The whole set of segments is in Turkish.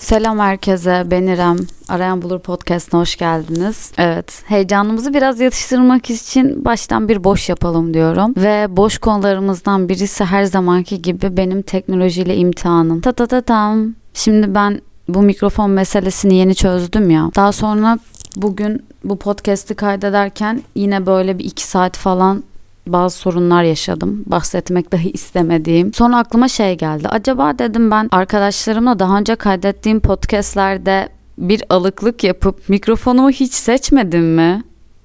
Selam herkese, ben İrem. Arayan Bulur Podcast'ına hoş geldiniz. Evet, heyecanımızı biraz yatıştırmak için baştan bir boş yapalım diyorum. Ve boş konularımızdan birisi her zamanki gibi benim teknolojiyle imtihanım. Tam. Şimdi ben bu mikrofon meselesini yeni çözdüm ya. Daha sonra bugün bu podcast'i kaydederken yine böyle bir 2 saat falan bazı sorunlar yaşadım. Bahsetmek dahi istemediğim. Sonra aklıma şey geldi. Acaba dedim ben arkadaşlarımla daha önce kaydettiğim podcastlerde bir alıklık yapıp mikrofonumu hiç seçmedim mi?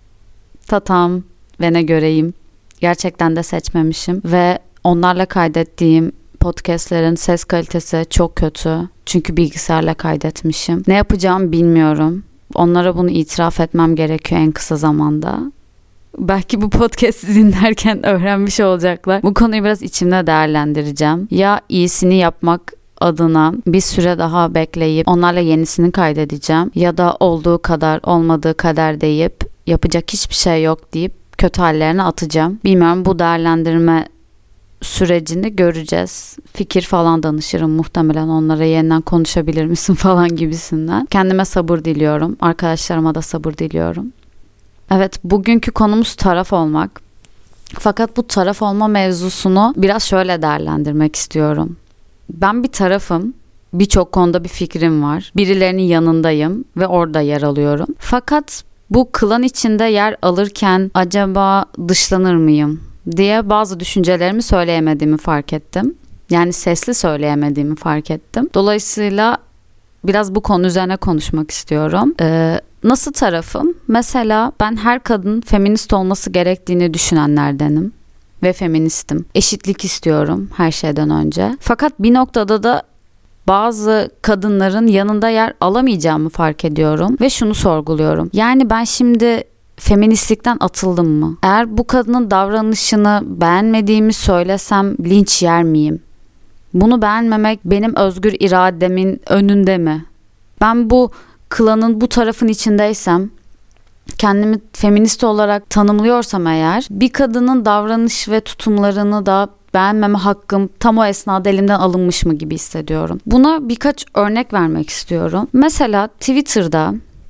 Tatam ve ne göreyim. Gerçekten de seçmemişim. Ve onlarla kaydettiğim podcastlerin ses kalitesi çok kötü. Çünkü bilgisayarla kaydetmişim. Ne yapacağımı bilmiyorum. Onlara bunu itiraf etmem gerekiyor en kısa zamanda. Belki bu podcast'i dinlerken öğrenmiş olacaklar. Bu konuyu biraz içimde değerlendireceğim. Ya iyisini yapmak adına bir süre daha bekleyip onlarla yenisini kaydedeceğim. Ya da olduğu kadar olmadığı kadar deyip yapacak hiçbir şey yok deyip kötü hallerine atacağım. Bilmiyorum, bu değerlendirme sürecini göreceğiz. Fikir falan danışırım muhtemelen onlara, yeniden konuşabilir misin falan gibisinden. Kendime sabır diliyorum. Arkadaşlarıma da sabır diliyorum. Evet, bugünkü konumuz taraf olmak. Fakat bu taraf olma mevzusunu biraz şöyle değerlendirmek istiyorum. Ben bir tarafım. Birçok konuda bir fikrim var. Birilerinin yanındayım ve orada yer alıyorum. Fakat bu klan içinde yer alırken acaba dışlanır mıyım diye bazı düşüncelerimi söyleyemediğimi fark ettim. Yani sesli söyleyemediğimi fark ettim. Dolayısıyla biraz bu konu üzerine konuşmak istiyorum. Nasıl tarafım? Mesela ben her kadının feminist olması gerektiğini düşünenlerdenim. Ve feministim. Eşitlik istiyorum her şeyden önce. Fakat bir noktada da bazı kadınların yanında yer alamayacağımı fark ediyorum. Ve şunu sorguluyorum. Yani ben şimdi feministlikten atıldım mı? Eğer bu kadının davranışını beğenmediğimi söylesem linç yer miyim? Bunu beğenmemek benim özgür irademin önünde mi? Ben bu klanın bu tarafın içindeysem, kendimi feminist olarak tanımlıyorsam eğer, bir kadının davranış ve tutumlarını da beğenmeme hakkım tam o esnada elimden alınmış mı gibi hissediyorum. Buna birkaç örnek vermek istiyorum. Mesela Twitter'da,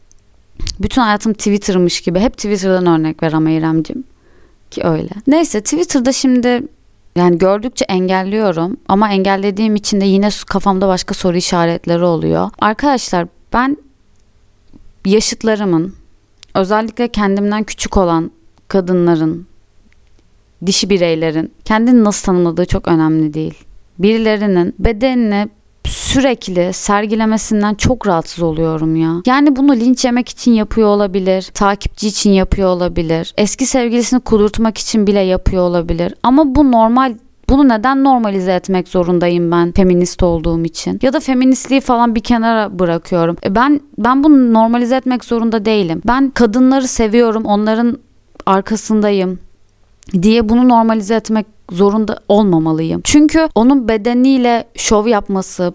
bütün hayatım Twitter'mış gibi hep Twitter'dan örnek ver ama İremciğim, ki öyle. Neyse, Twitter'da şimdi yani gördükçe engelliyorum ama engellediğim için de yine kafamda başka soru işaretleri oluyor. Arkadaşlar, ben yaşıtlarımın, özellikle kendimden küçük olan kadınların, dişi bireylerin kendini nasıl tanımladığı çok önemli değil. Birilerinin bedenini sürekli sergilemesinden çok rahatsız oluyorum ya. Yani bunu linç yemek için yapıyor olabilir, takipçi için yapıyor olabilir, eski sevgilisini kudurtmak için bile yapıyor olabilir. Ama bu normal. Bunu neden normalize etmek zorundayım ben feminist olduğum için? Ya da feministliği falan bir kenara bırakıyorum. Ben bunu normalize etmek zorunda değilim. Ben kadınları seviyorum, onların arkasındayım diye bunu normalize etmek zorunda olmamalıyım. Çünkü onun bedeniyle şov yapması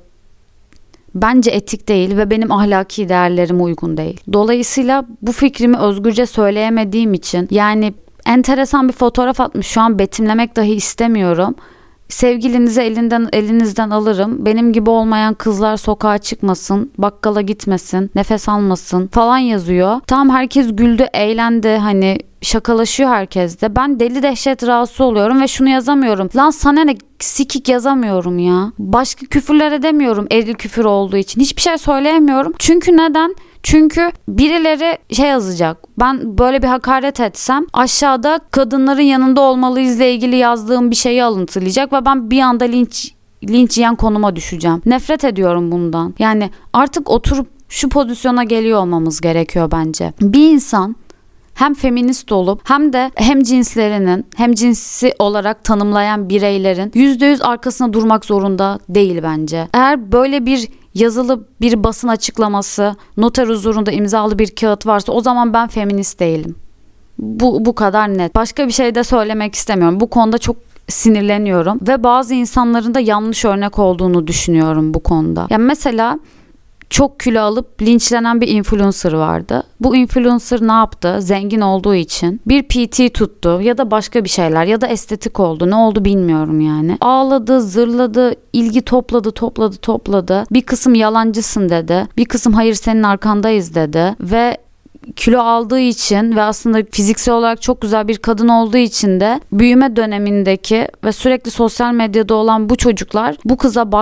bence etik değil ve benim ahlaki değerlerime uygun değil. Dolayısıyla bu fikrimi özgürce söyleyemediğim için, yani enteresan bir fotoğraf atmış, şu an betimlemek dahi istemiyorum. Sevgilinizi elinizden alırım. Benim gibi olmayan kızlar sokağa çıkmasın, bakkala gitmesin, nefes almasın falan yazıyor. Tamam, herkes güldü, eğlendi, hani şakalaşıyor herkes de. Ben deli dehşet rahatsız oluyorum ve şunu yazamıyorum. Lan sana ne, sikik yazamıyorum ya. Başka küfürler edemiyorum eril küfür olduğu için. Hiçbir şey söyleyemiyorum. Çünkü neden? Çünkü birileri şey yazacak. Ben böyle bir hakaret etsem aşağıda kadınların yanında olmalıyızla ilgili yazdığım bir şeyi alıntılayacak ve ben bir anda linç yiyen konuma düşeceğim. Nefret ediyorum bundan. Yani artık oturup şu pozisyona geliyor olmamız gerekiyor bence. Bir insan hem feminist olup hem de hem cinsi olarak tanımlayan bireylerin %100 arkasına durmak zorunda değil bence. Eğer böyle bir yazılı bir basın açıklaması, noter huzurunda imzalı bir kağıt varsa o zaman ben feminist değilim. Bu kadar net. Başka bir şey de söylemek istemiyorum. Bu konuda çok sinirleniyorum ve bazı insanların da yanlış örnek olduğunu düşünüyorum bu konuda. Yani mesela çok kilo alıp linçlenen bir influencer vardı. Bu influencer ne yaptı? Zengin olduğu için bir PT tuttu ya da başka bir şeyler ya da estetik oldu. Ne oldu bilmiyorum yani. Ağladı, zırladı, ilgi topladı. Bir kısım yalancısın dedi. Bir kısım hayır senin arkandayız dedi ve kilo aldığı için ve aslında fiziksel olarak çok güzel bir kadın olduğu için de büyüme dönemindeki ve sürekli sosyal medyada olan bu çocuklar bu kıza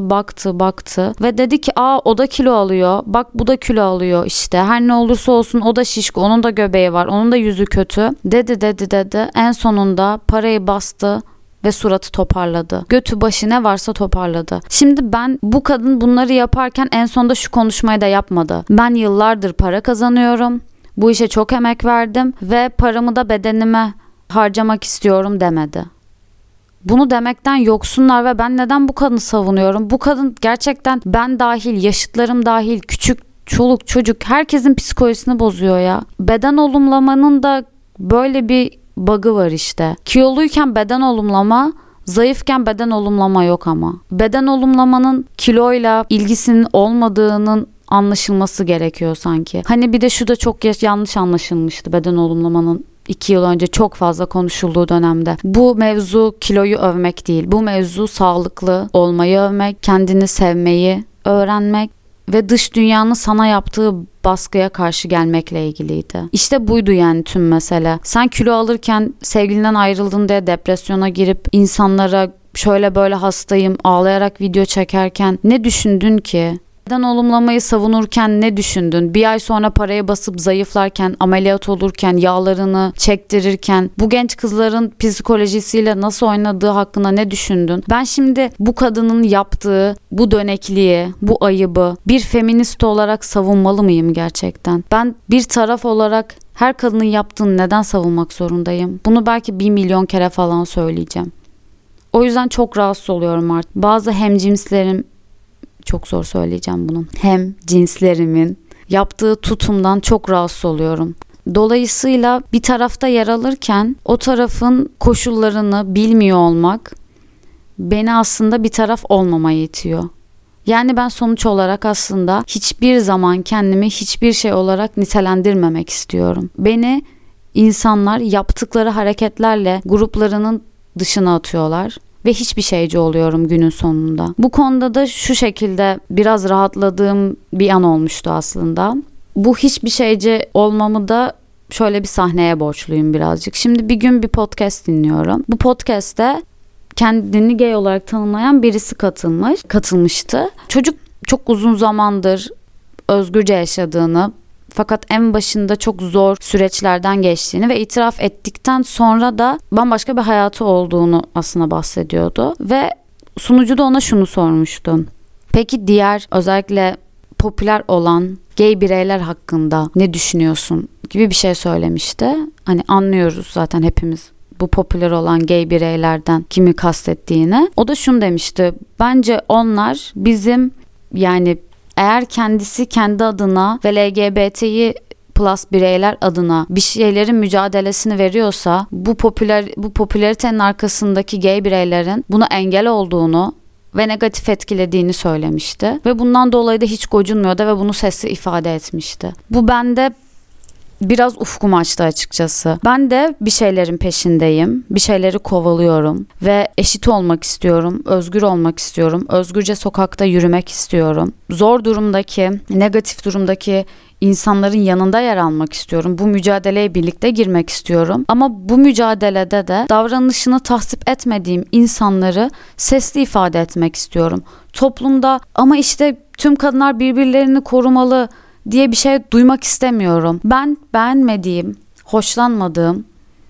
baktı ve dedi ki o da kilo alıyor, bak bu da kilo alıyor işte, her ne olursa olsun o da şişko, onun da göbeği var, onun da yüzü kötü dedi. En sonunda parayı bastı ve suratı toparladı. Götü başı ne varsa toparladı. Şimdi bu kadın bunları yaparken en sonunda şu konuşmayı da yapmadı. Ben yıllardır para kazanıyorum. Bu işe çok emek verdim ve paramı da bedenime harcamak istiyorum demedi. Bunu demekten yoksunlar ve ben neden bu kadını savunuyorum? Bu kadın gerçekten ben dahil, yaşıtlarım dahil, küçük çoluk çocuk herkesin psikolojisini bozuyor ya. Beden olumlamanın da böyle bir bug'ı var işte. Kiloluyken beden olumlama, zayıfken beden olumlama yok ama. Beden olumlamanın kiloyla ilgisinin olmadığının anlaşılması gerekiyor sanki. Hani bir de şu da çok yanlış anlaşılmıştı beden olumlamanın 2 yıl önce çok fazla konuşulduğu dönemde. Bu mevzu kiloyu övmek değil. Bu mevzu sağlıklı olmayı övmek, kendini sevmeyi öğrenmek ve dış dünyanın sana yaptığı baskıya karşı gelmekle ilgiliydi. İşte buydu yani tüm mesele. Sen kilo alırken sevgilinden ayrıldın diye depresyona girip insanlara şöyle böyle hastayım ağlayarak video çekerken ne düşündün ki? Beden olumlamayı savunurken ne düşündün? Bir ay sonra paraya basıp zayıflarken, ameliyat olurken, yağlarını çektirirken bu genç kızların psikolojisiyle nasıl oynadığı hakkında ne düşündün? Ben şimdi bu kadının yaptığı bu dönekliği, bu ayıbı bir feminist olarak savunmalı mıyım gerçekten? Ben bir taraf olarak her kadının yaptığını neden savunmak zorundayım? Bunu belki 1 milyon kere falan söyleyeceğim. O yüzden çok rahatsız oluyorum artık. Bazı hemcinslerim, çok zor söyleyeceğim bunu, hem cinslerimin yaptığı tutumdan çok rahatsız oluyorum. Dolayısıyla bir tarafta yer alırken o tarafın koşullarını bilmiyor olmak beni aslında bir taraf olmamaya itiyor. Yani ben sonuç olarak aslında hiçbir zaman kendimi hiçbir şey olarak nitelendirmemek istiyorum. Beni insanlar yaptıkları hareketlerle gruplarının dışına atıyorlar. Ve hiçbir şeyci oluyorum günün sonunda. Bu konuda da şu şekilde biraz rahatladığım bir an olmuştu aslında. Bu hiçbir şeyci olmamı da şöyle bir sahneye borçluyum birazcık. Şimdi bir gün bir podcast dinliyorum. Bu podcast'te kendini gay olarak tanımlayan birisi katılmıştı. Çocuk çok uzun zamandır özgürce yaşadığını, fakat en başında çok zor süreçlerden geçtiğini ve itiraf ettikten sonra da bambaşka bir hayatı olduğunu aslında bahsediyordu. Ve sunucu da ona şunu sormuştu. Peki diğer özellikle popüler olan gay bireyler hakkında ne düşünüyorsun gibi bir şey söylemişti. Hani anlıyoruz zaten hepimiz bu popüler olan gay bireylerden kimi kastettiğini. O da şunu demişti. Bence onlar bizim, yani eğer kendisi kendi adına ve LGBTİ plus bireyler adına bir şeylerin mücadelesini veriyorsa bu popülaritenin arkasındaki gay bireylerin buna engel olduğunu ve negatif etkilediğini söylemişti. Ve bundan dolayı da hiç gocunmuyordu ve bunu sesli ifade etmişti. Bu bende biraz ufkumu açtı açıkçası. Ben de bir şeylerin peşindeyim. Bir şeyleri kovalıyorum ve eşit olmak istiyorum. Özgür olmak istiyorum. Özgürce sokakta yürümek istiyorum. Zor durumdaki, negatif durumdaki insanların yanında yer almak istiyorum. Bu mücadeleye birlikte girmek istiyorum. Ama bu mücadelede de davranışını tasvip etmediğim insanları sesli ifade etmek istiyorum. Toplumda ama işte tüm kadınlar birbirlerini korumalı diye bir şey duymak istemiyorum. Ben beğenmediğim, hoşlanmadığım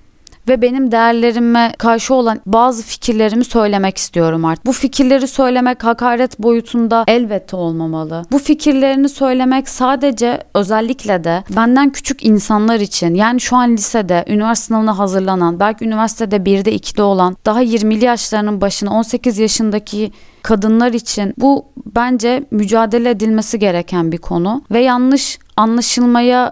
ve benim değerlerime karşı olan bazı fikirlerimi söylemek istiyorum artık. Bu fikirleri söylemek hakaret boyutunda elbette olmamalı. Bu fikirlerini söylemek sadece, özellikle de benden küçük insanlar için, yani şu an lisede, üniversite sınavına hazırlanan, belki üniversitede 1'de 2'de olan, daha 20'li yaşlarının başına 18 yaşındaki kadınlar için bu bence mücadele edilmesi gereken bir konu ve yanlış anlaşılmaya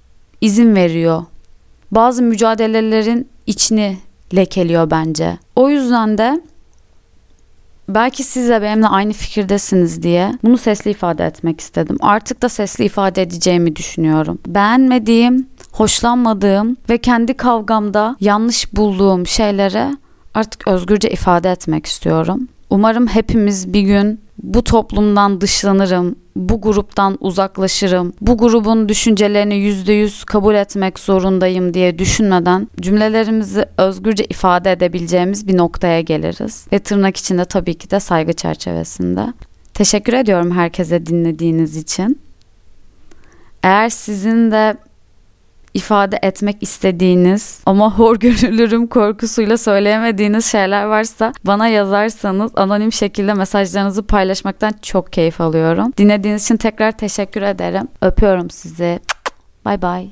izin veriyor. Bazı mücadelelerin içini lekeliyor bence. O yüzden de belki siz de benimle aynı fikirdesiniz diye bunu sesli ifade etmek istedim. Artık da sesli ifade edeceğimi düşünüyorum. Beğenmediğim, hoşlanmadığım ve kendi kavgamda yanlış bulduğum şeylere artık özgürce ifade etmek istiyorum. Umarım hepimiz bir gün bu toplumdan dışlanırım, bu gruptan uzaklaşırım, bu grubun düşüncelerini %100 kabul etmek zorundayım diye düşünmeden cümlelerimizi özgürce ifade edebileceğimiz bir noktaya geliriz. Ve tırnak içinde tabii ki de saygı çerçevesinde. Teşekkür ediyorum herkese dinlediğiniz için. Eğer sizin de ifade etmek istediğiniz ama hor görülürüm korkusuyla söyleyemediğiniz şeyler varsa bana yazarsanız anonim şekilde mesajlarınızı paylaşmaktan çok keyif alıyorum. Dinlediğiniz için tekrar teşekkür ederim. Öpüyorum sizi. Bye bye.